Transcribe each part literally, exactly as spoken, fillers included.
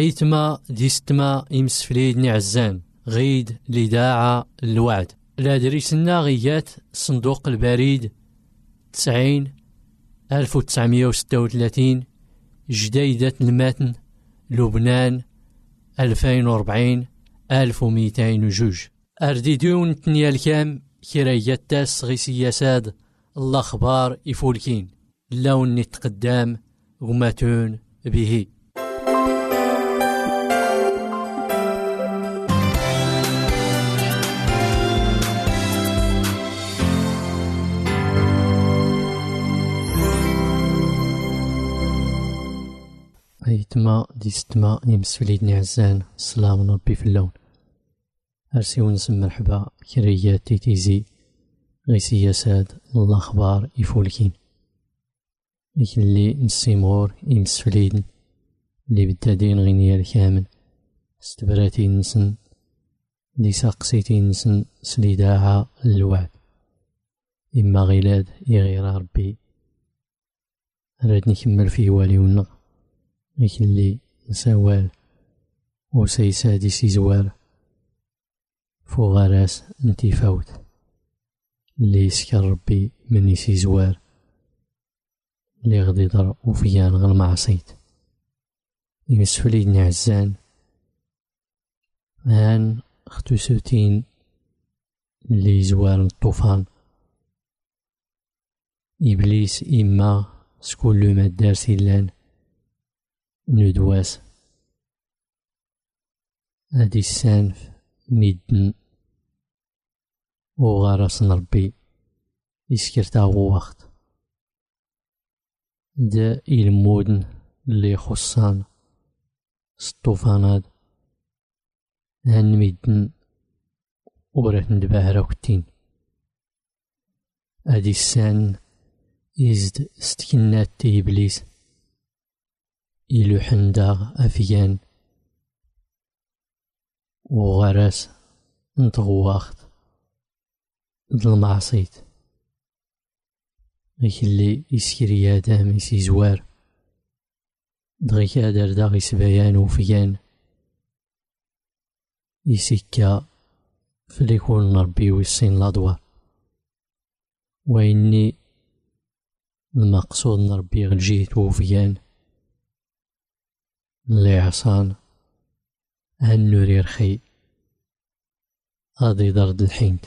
غيتما ديستما يمسفليد نعزان غيد لداعة الوعد لا دريسنا غيات صندوق البريد تسعين ألف وتسعمية وستة وثلاثين جديدة المتن لبنان ألفين وربعين ألف ومئتين وجوج أرديدون تنيا الكام كرايات تاس غي سياساد الأخبار يفولكين اللون نتقدام غماتون به أيتما ديستما يمسفليد نعزان السلام ربي في اللون أرسي ونسم مرحبا كريات تيتيزي غي سياساد الأخبار يفولكين لكن اللي نسيمغور يمسفليدن اللي بالتادين غينيا الكامل استبراتي نسن لي ساقسيتي نسن سليداعة الوعد إما غيلاد يغير ربي راد نكمل فيه والي ونغ لكن اللي نساوال وسيسادي سيزوال فوغاراس انتي فوت اللي يسكر ربي مني سيزوار اللي غدي ضر وفيان غير معصيت يمسفلي نعزان هان اختو سوتين اللي يزوار الطوفان إبليس إما سكون لو مدار سيلان ندواس هادي السانف ميدن وغارس ربي يسكرتا وقت دا المودن اللي خصان الطوفانات هان ميدن وراه ندباه راكتين هادي السان يزد ستكنات تي إبليس إلو حنداغ أفيان وغرس نتغواخت المعصيت غيك اللي يسكري آدم يسيزوار دغيك أدر داغ يسبيان وفيان يسكا فليكون ربي ويسين لادوار وإني المقصود نربي غلجيت وفيان اللي عصان هالنوري رخي غادي ضرد الحينت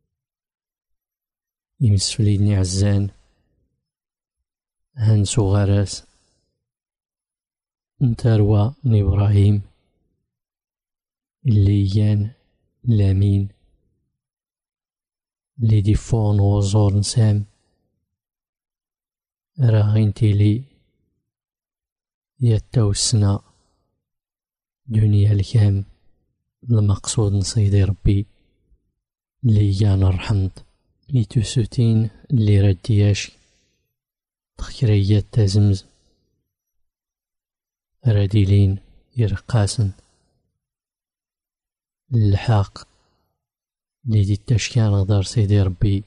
يمسفليدني عزان هانسو غراس نتاروا نبراهيم اللي يان لامين اللي ديفون وزور نسام راغينتي لي يتاو السنا دنيا الكام المقصود نصيدي ربي اللي يانا رحمت لتوسوتين اللي ردياش تخكريات تازمز راديلين يرقاسن الحاق اللي دي التشكان غدار سيدي ربي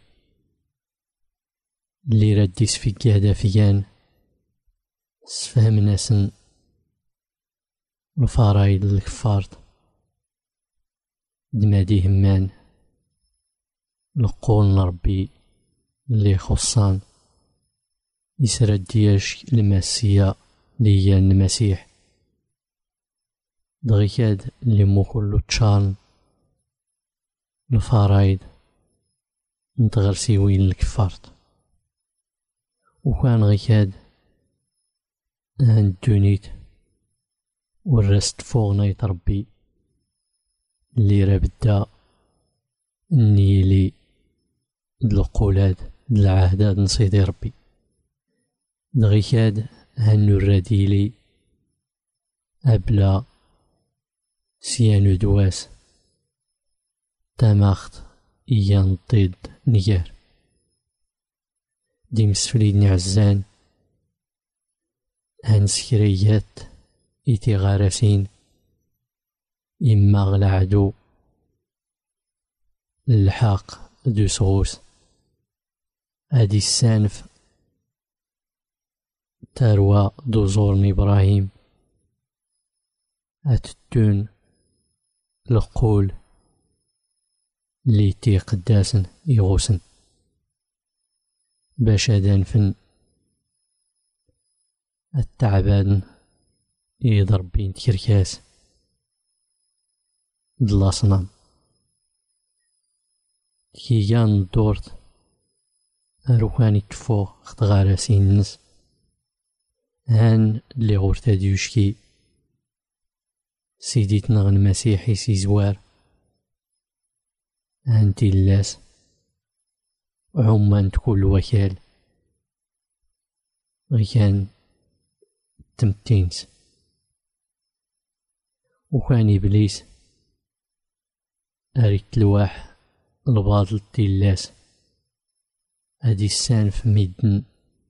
اللي ردي سفيك هدافيان سفهم ناسن الفرايد الكفارت دمادي همان نقول ربي اللي خصان يسرد دياش المسيا ليا المسيح دغيكاد اللي مو كلو تشان الفرايد نتغرسي وين الكفارت وكان غيكاد عند دونيت والرست فوغنا يتربي اللي رابدا النيلي القولاد العهداد نصيدي ربي دغيكاد هنو الرديلي أبلا سيانو دواس تاماخت إيان ضد نيار دي مسفليدني عزان هنسكريات إتي غارسين إما غلعدو الحاق دو سغوس هادي السانف تاروا دوزور إبراهيم أتدون القول اللي تي قداسن يغوسن باش أدانفن التعبان يضرب بين تكركاس دلاصنام كيان دورت أروكاني تفو خطغاراسين النس هان اللي غورتا ديوشكي سيديتنا المسيحي سي زوار هانتي اللاس عمان تكون وكال غيكان تمتينس وكان إبليس أريت لواح الباطل تيلاس هادي السان في ميدن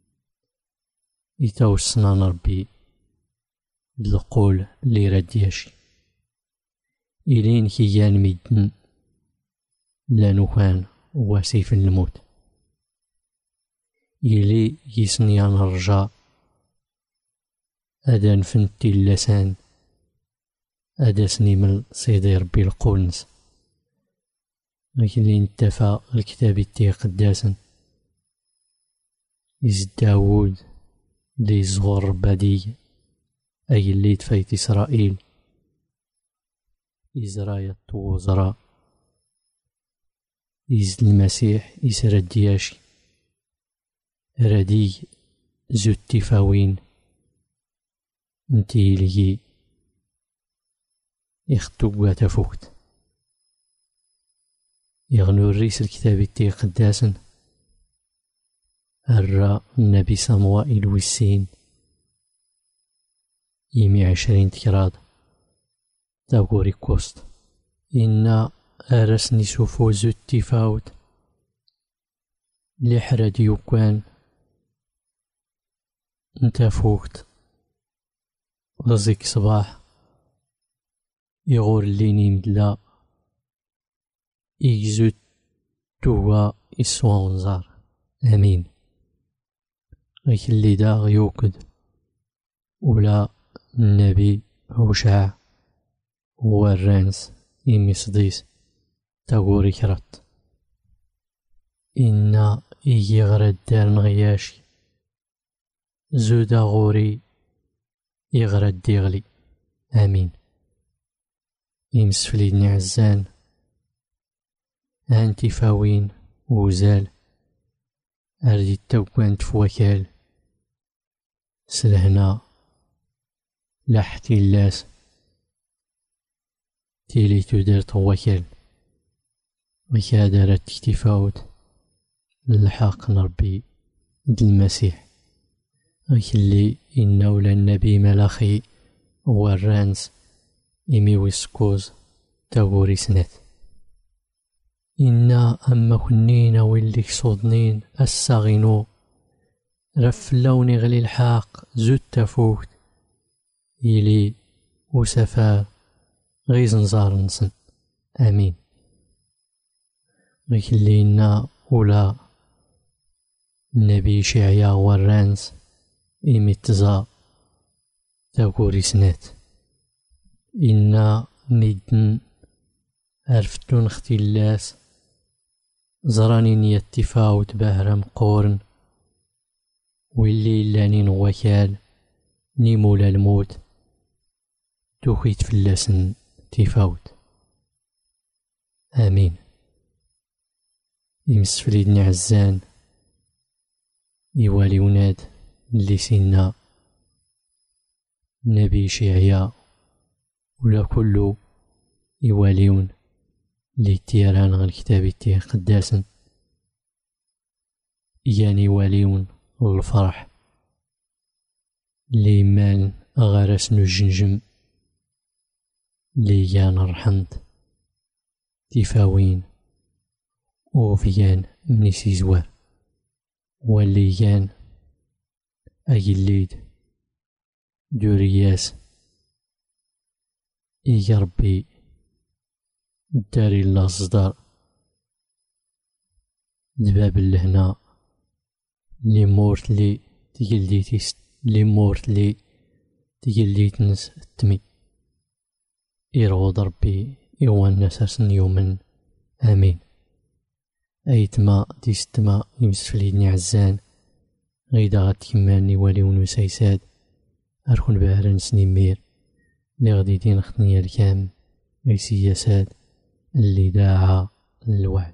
يتوصنا ربي القول اللي ردياشي إلين كيان ميدن لانو كان واسيف الموت إلي يسنيان الرجاء أدان فنتي اللسان أداسني من سيدي ربي القونس لكن اللي انتفى الكتاب التي قداسا إز داود لي زغور بدي أي اللي تفايت إسرائيل إزرايا الطوزراء إز المسيح إسر الدياشي ردي زو التفاوين انتي لي يخطو تفوت يغنو الرئيس الكتاب التي قداسا الرا النبي صموائيل والسين يمي عشرين تكراد تاغوري كوست إنا أرسني سفوز التفاوت لحرد يوكوان انت فوقت غزيك صباح يغور ليني مدلا إيزوت توا إسوان زار آمين غيك اللي دا يوكد ولا النبي هوشع هو الرانس إمي صديس تاغوري كرات إنا إيجي غرد دار نغياشي زودا غوري يغرد ديغلي آمين يمسفليدني عزان هانتي فاوين وزال أردي التوكوان تفوكال سلهنا لحتي اللاس تيلي تدير طوكال وكادرت تفاوت للحاق نربي د المسيح اللي إنه للنبي ملاخي هو الرانس إمي ويسكوز تاغوري سنت إنا أما كنين واللي صودنين الساغينو رف اللون غلي الحاق زود تفوت إلي وسفار غيز نزار نسن آمين غيك اللي إنا ولا النبي شعيا والرانس إمي تزا تاغوري سنت إنا ميدن عرفتون اختلاس زراني نية تفاوت بهرم قورن واللي لانين وكال نيمولا الموت توخيت فلاسن تفاوت آمين يمسفليدني عزان يوالي وناد اللي سينا نبي شيعيا ولا كله يواليون لي تيران غير كتابي تيه قداسا يعني يواليون والفرح لي مان غارسن الجنجم لي يان الرحمت تفاوين وفيان مني سيزوار واللي يان أجليد دورياس إيجا ربي داري الله صدار دباب اللهنا لي مورت لي تجلديتيس لي مورت لي تجلديتنس التمي إيرود ربي إيوان سرسن يومن آمين. أيتما ديستما يمسفليدني عزان غيدا غاتكماني واليون وسيساد أركن بهرن سنيمير لي غدي دين ختنيا الكام غيسي يساد اللي داعا للوعد.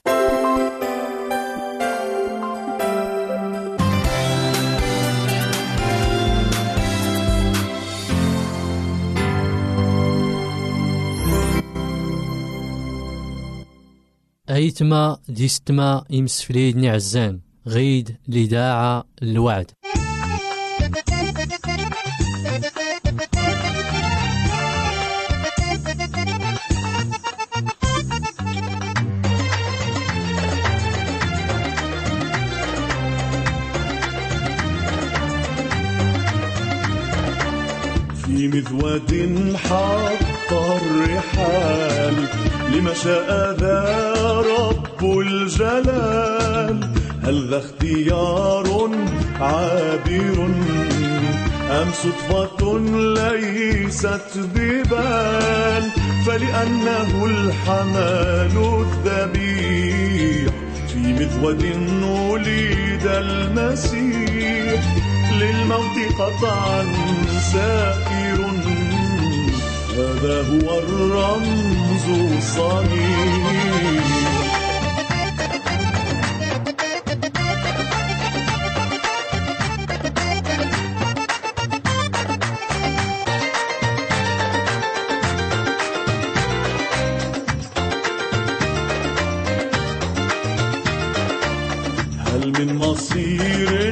أيتما ديستما يمسفليدني عزان غيد لداعة الوعد. في مذود حط الرحال لما شاء ذا رب الجلال. هل ذا اختيار عابر أم صدفة ليست ببال؟ فلأنه الحمال الذبيح في مذود ولد المسيح. للموت قطعا سائر هذا هو الرمز الصحيح. هل من مصير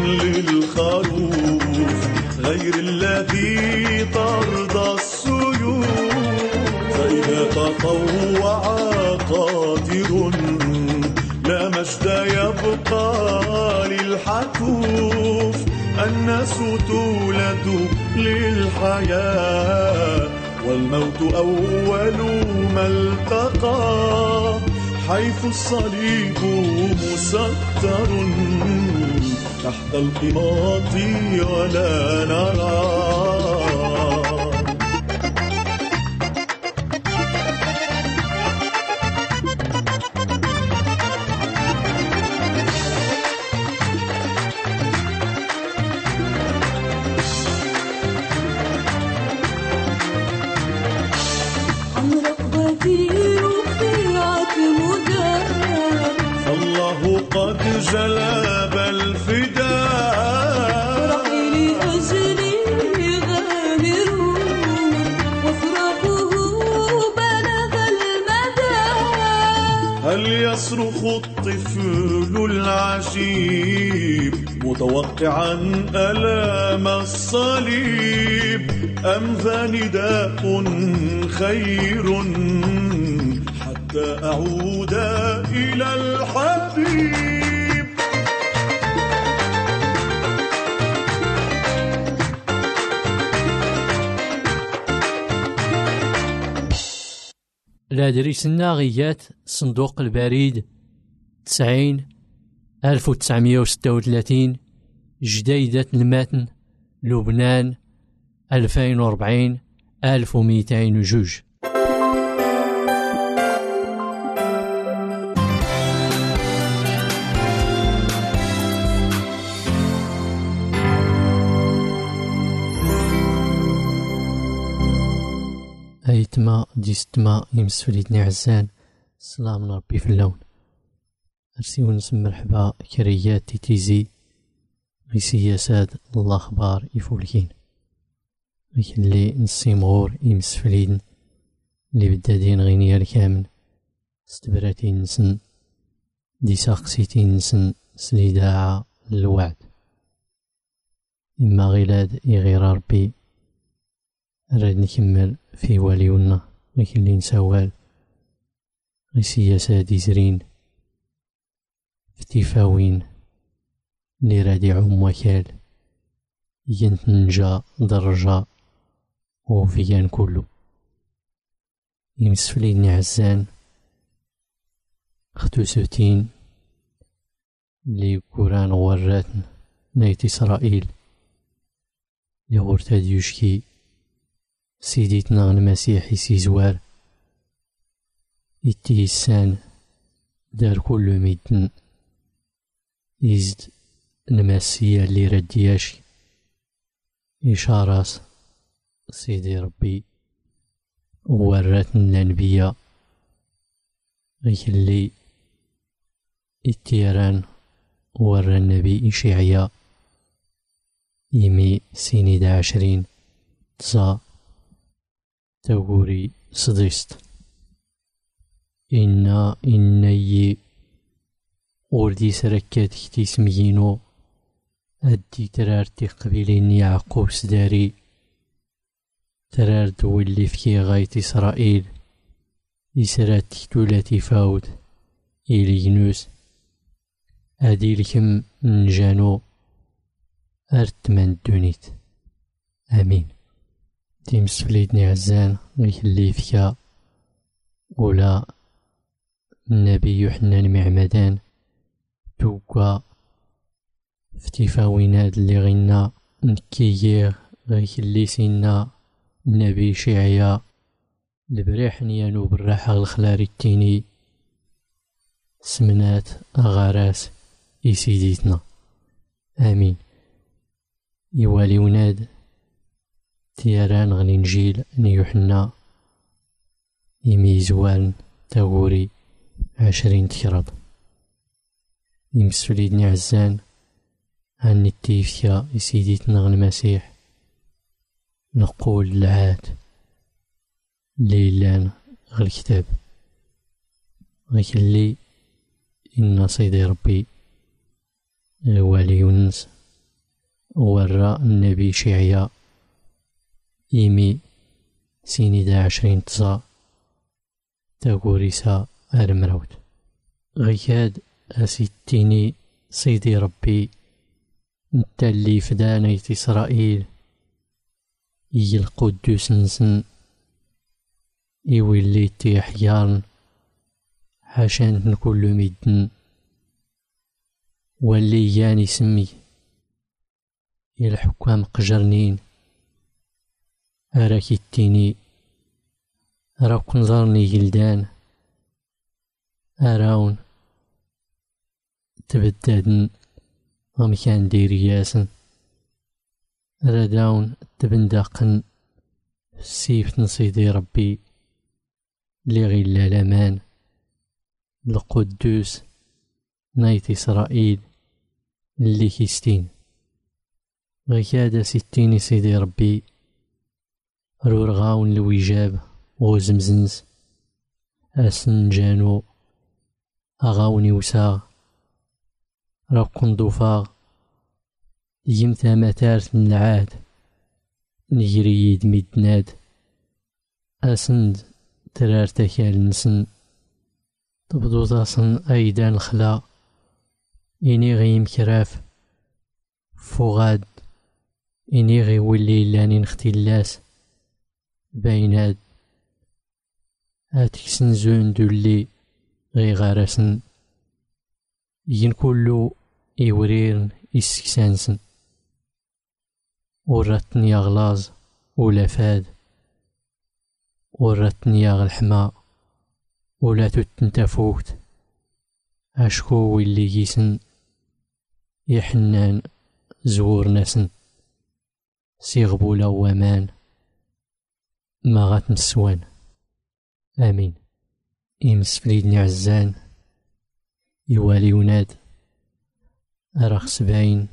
للخروف غير الذي طرد السيوف؟ فإذا تطوع قادر لا مجد يبقى للحتوف. الناس تولد للحياة والموت أول ما التقى. حيث الصليب مسطر تحت القماط ولا نرى. فالله قد جلب الفداء. رحيل أجلي غامرون وفراقه بلغ المدى. هل يصرخ الطفل العجيب متوقعا ألام الصليب؟ أم ذا نداء خير حتى أعود إلى الحبيب؟ لادريسنا غيات صندوق البريد تسعين ألف وتسعمية وستة وثلاثين جديدة المتن لبنان ألفين وأربعين ألف ومئتين وجوج. أيتما ديستما يمسفليتني عزان سلام ربي في اللون. أرسي ونسم مرحبا كريات تيتيزي غي سياسات الله أخبار يفولكين غي اللي نسيمغور يمسفلين اللي بدادين غينيا الكامل استبراتين نسن دي ساقسيتين نسن سليداعة الوعد. إما غيلاد يغير ربي راد نكمل في واليونا لكن اللي نسوال غي سياسات يزرين فتيفاوين اللي راد يعوم وكال ينتنجا درجة وفيان كله يمسفليني عزان خدو سوتين اللي كوران وراتن نايت إسرائيل يغورتا ديوشكي سيديتنا المسيح يسيزوار يتيسان دار كل ميدن يزد المسيا اللي ردياش إشارات سيدي ربي وراتنا الأنبياء غيك اللي التيران ورى النبي إشعياء يمي سينيد عشرين تزا تغوري صديست إنا إني وردي سركات كتي سميينو أدي ترارتي قبيلين يعقوب سداري ترارد واللي في غاية إسرائيل إسرات تولاتي فاود إلي ينوس أدي لكم نجانو أرتمان الدونيت آمين. تيمس فليدني عزان غيك اللي فيها ولا النبي يوحنا المعمدان توقع فتيفاويناد اللي غينا نكيير غيك اللي سينا النبي شعيا البريح نيانو بالراحة الخلاري التيني سمنات أغاراس إسيديتنا آمين. يوالي وناد تياران غني نجيل نيوحنا يميزوان تاغوري عشرين تكرض يمسوليدني عزان عن التيفيا يسيديتنا غن المسيح نقول العاد ليلان غير الكتاب غيك اللي إن سيدي ربي غوالي يونس ورى النبي شعيا يمي سينيدا عشرين تزا تاغوريسا أرمروت غيكاد أسيتيني سيدي ربي نتا اللي فداني إسرائيل يجي القدوس نسن يولي تيحيان حاشان نكل ميدن واللي ياني سمي الحكام قجرنين أراكي التيني أراك نظرني جلدان أراون تبدادن غمكان ديرياسن رداون تبنداقن سيف نصيدي ربي اللي غيلا لامان القدوس نايت إسرائيل اللي كيستين غيكاد ستين سيدي ربي رورغاون الوجاب وزمزنز أسنجانو أغاوني وساغ راكون ضفاغ يمتا متارت العاد نجريد ميدناد أسند ترارتك النسن تبدو تصن أيدان الخلا إني غيم كراف فوغاد إني غي ولي لاني نختلاس بيناد هاتكسن زون دولي غي غارسن ين كلو إوريرن إسكسانسن وراتني أغلاظ ولا فاد وراتني أغلحما ولا تتنتفوت أشكو واللي جيسن يحنان زور ناسن سيغبولا ومان ما غات نسوان آمين. إمس فليدني عزان يوالي وناد أراخ سبعين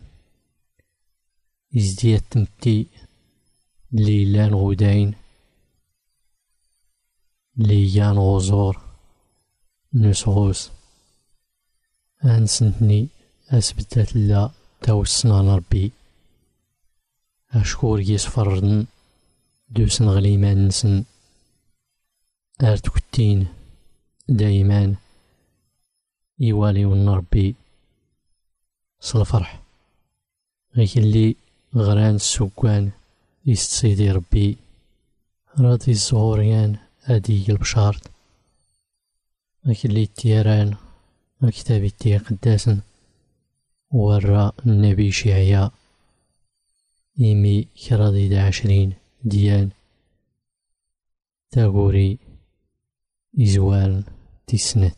إزديات تمتي ليلان غودين ليان غزور نسغوس أنسنتني أثبتت لا توسنا ربي أشكور يسفرن دوسن غليمان نسن أرتكتين دايمان يوالي ونربي صالفرح غيك اللي غران السوقان يستسيدي ربي راضي الزغوريان أدي البشارت غيك اللي تيران كتابي تي قداسن ورى النبي شعيا يمي كراضي دا عشرين ديان تاغوري إزوال تسنت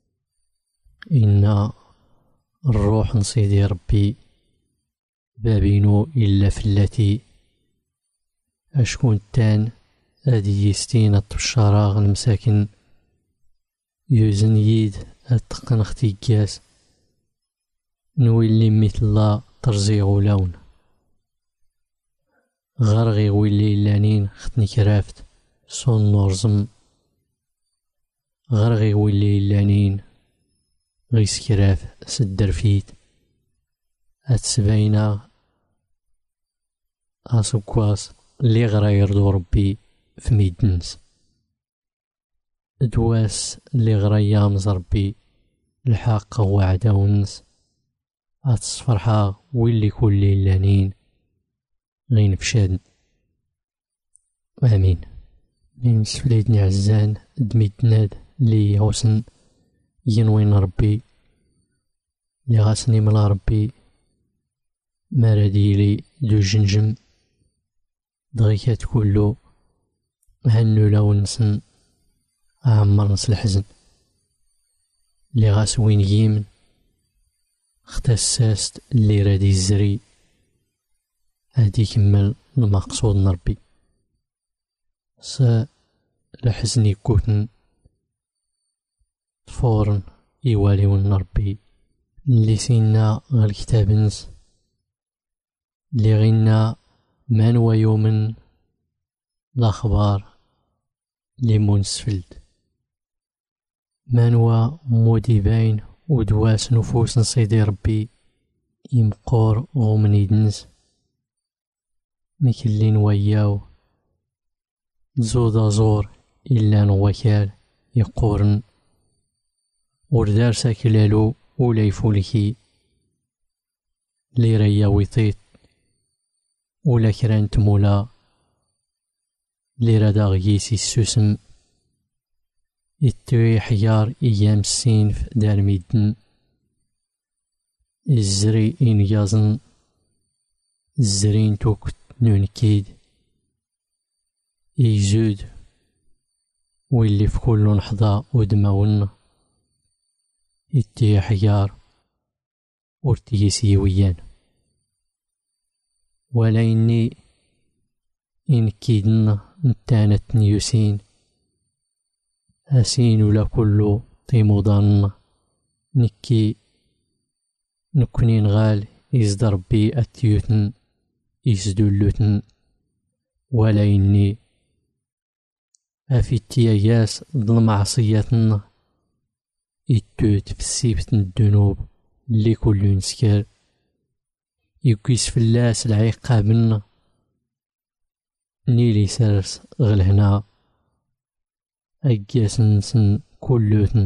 إن الروح نصيدي ربي بابينو إلا فلتي أشكون تان أدي يستين الطشراغ المساكن يوزن يد أتقن اختيكاس نولي مثل الله ترزيغ لون غرغي ويلي لانين ختني كرافت صون نورزم غرغي ويلي لانين غيس كراف سدر فيت أتسبينا أسوكواس اللي غرا يردو ربي في ميدنس دواس اللي غرا يامز ربي الحق وعدا ونس أتصفرحا ويلي كل لانين غين فشاد. آمين. نمس فليدني عزان دميدناد لي يوسن ينوين ربي لي غاسني ملا ربي مارديلي دو جنجم دغيكات كلو هنو لونسن عمر نس الحزن لي غاسوين يمن اختساست اللي رادي الزري هادي كمل المقصود نربي سا لحزني كوتن فورن يوالي ونربي اللي سينا غير كتابنس اللي غينا من ويومن الأخبار اللي منسفلد منوى مودي باين ودواس نفوس نصيدي ربي يمقور غومن يدنس مكلين وياو زودا زور إلا نوكال يقورن وردار ساكلالو ولا يفولكي لي ريا ويطيط ولا كران تمولا لي رادا غيسي السوسم يتوي حيار إيام السينف دار ميدن الزري إنجازن الزرين توكت نونكيد يزود واللي في كل نحظى ودماون يتي حيار ورتيسي ويان ولا إني إن كيدن نتانت نيوسين أسين ولا كله طيمودان نكي نكونين غال يزدر بي أتيوتن يزدولوتن ولا إني أفيتياياس ظلم عصياتنا يتوت في السيبت الذنوب اللي كل نسكر يكيس في اللاس العقابنا نيلي سرس غلهنا أجاس نسن كلوتن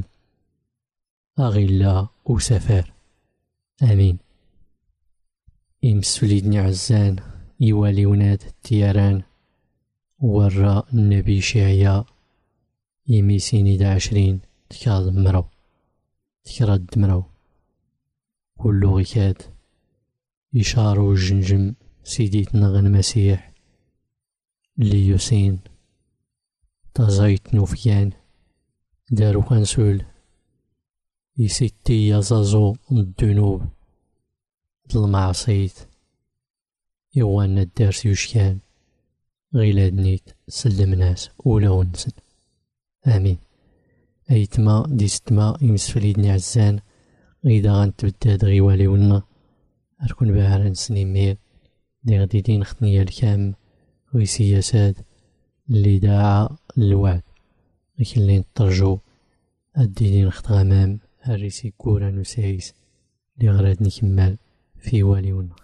أغلا وسفر. آمين. إمس فليدني عزان يوالي وناد التياران ورا النبي شعيا يميسيني دا عشرين تكاد مرو تكراد مرو كلو غيكاد يشارو الجنجم سيديتنا غن مسيح اللي يوسين تزايت نوفيان دارو كنسول يسيتي يزازو الذنوب المعصيت يوانا الدارس يشكان غيلاد نيت سلم ناس ولا ونسن. آمين. أيتما ديستما يمسفليدني عزان غيدا غنتبداد غيوالي ونا أركون باهران سنيمير دي غدي دين خطنيا الكام ويسياسات اللي داعا للوعد لكن اللي نترجو أدي دين خط غمام هريسي كورا نسايس اللي غرادني كمال في والي ونا.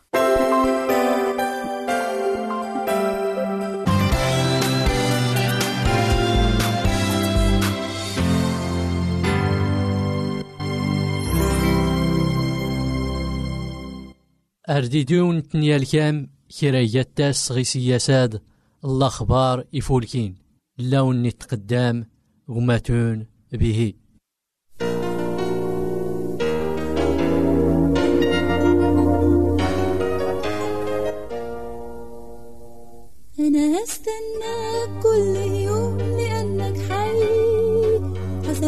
أرديدون تنيا الكام كرايات تاس غي سياساد الأخبار يفولكين اللون نتقدام غماتون به. أنا هستنى كل يوم لأ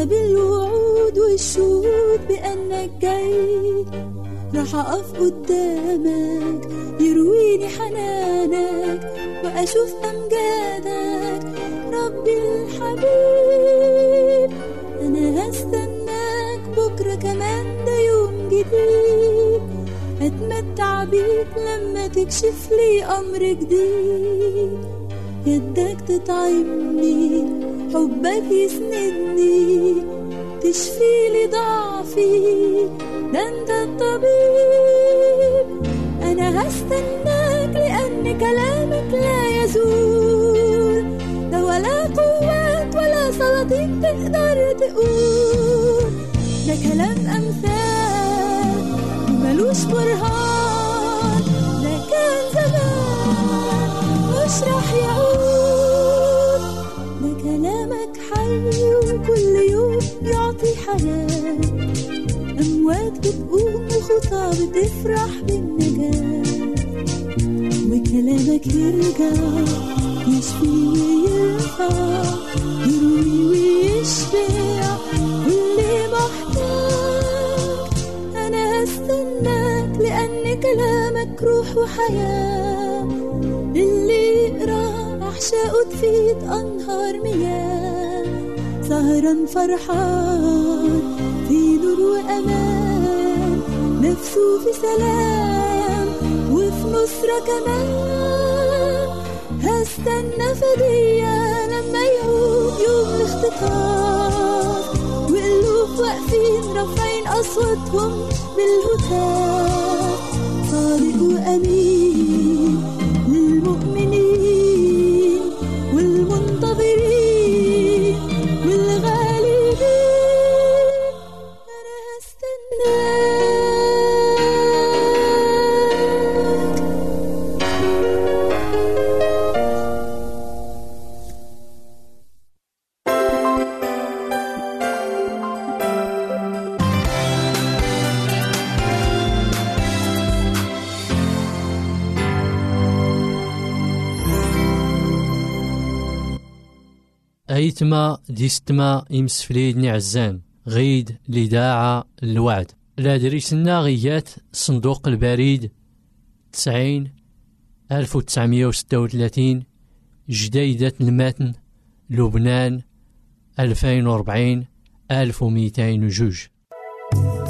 بالوعود والشهود بأنك جاي، راح أقف قدامك يرويني حنانك وأشوف أمجادك ربي الحبيب. أنا هستناك بكرة كمان، ده يوم جديد أتمتع بيك لما تكشف لي أمر جديد. يدك تطعمني، حبك يسندني، تشفي لي ضعفي، ده انت الطبيب. انا هستناك لان كلامك لا يزول، ده ولا قوات ولا سلاطين تقدر تقول. ده كلام امثال ملوش برهان، ده كان زمان مش راح يعود. ده كلامك حي وكل يوم يعطي حياة، أموات بتقوم وخطى بتفرح بالنجاة. وكلامك يرجع يشفي ويرفع، يروي ويشبع واللي محتاج. أنا هستناك لأن كلامك روح وحياة، اللي يقرأ أحشاءه تفيد أنهار مياه. سهرا فرحان في نور وأمان، نفسه في سلام وفي نصرة كمان. هستنى فدية لما يعود يوم الاختطاف، وقلوب واقفين رافعين أصواتهم بالهتاف. صادق وأمين للمؤمنين والمنتظرين والغالبين. أنا هستناك. أيتما ديستما إمسفليدني عزان غيد لداعة الوعد. لا دريسنا غيات صندوق البريد تسعين ألف وتسعمية وستة وثلاثين جديدة المتن لبنان ألفين وربعين ألف ومئتين وجوج.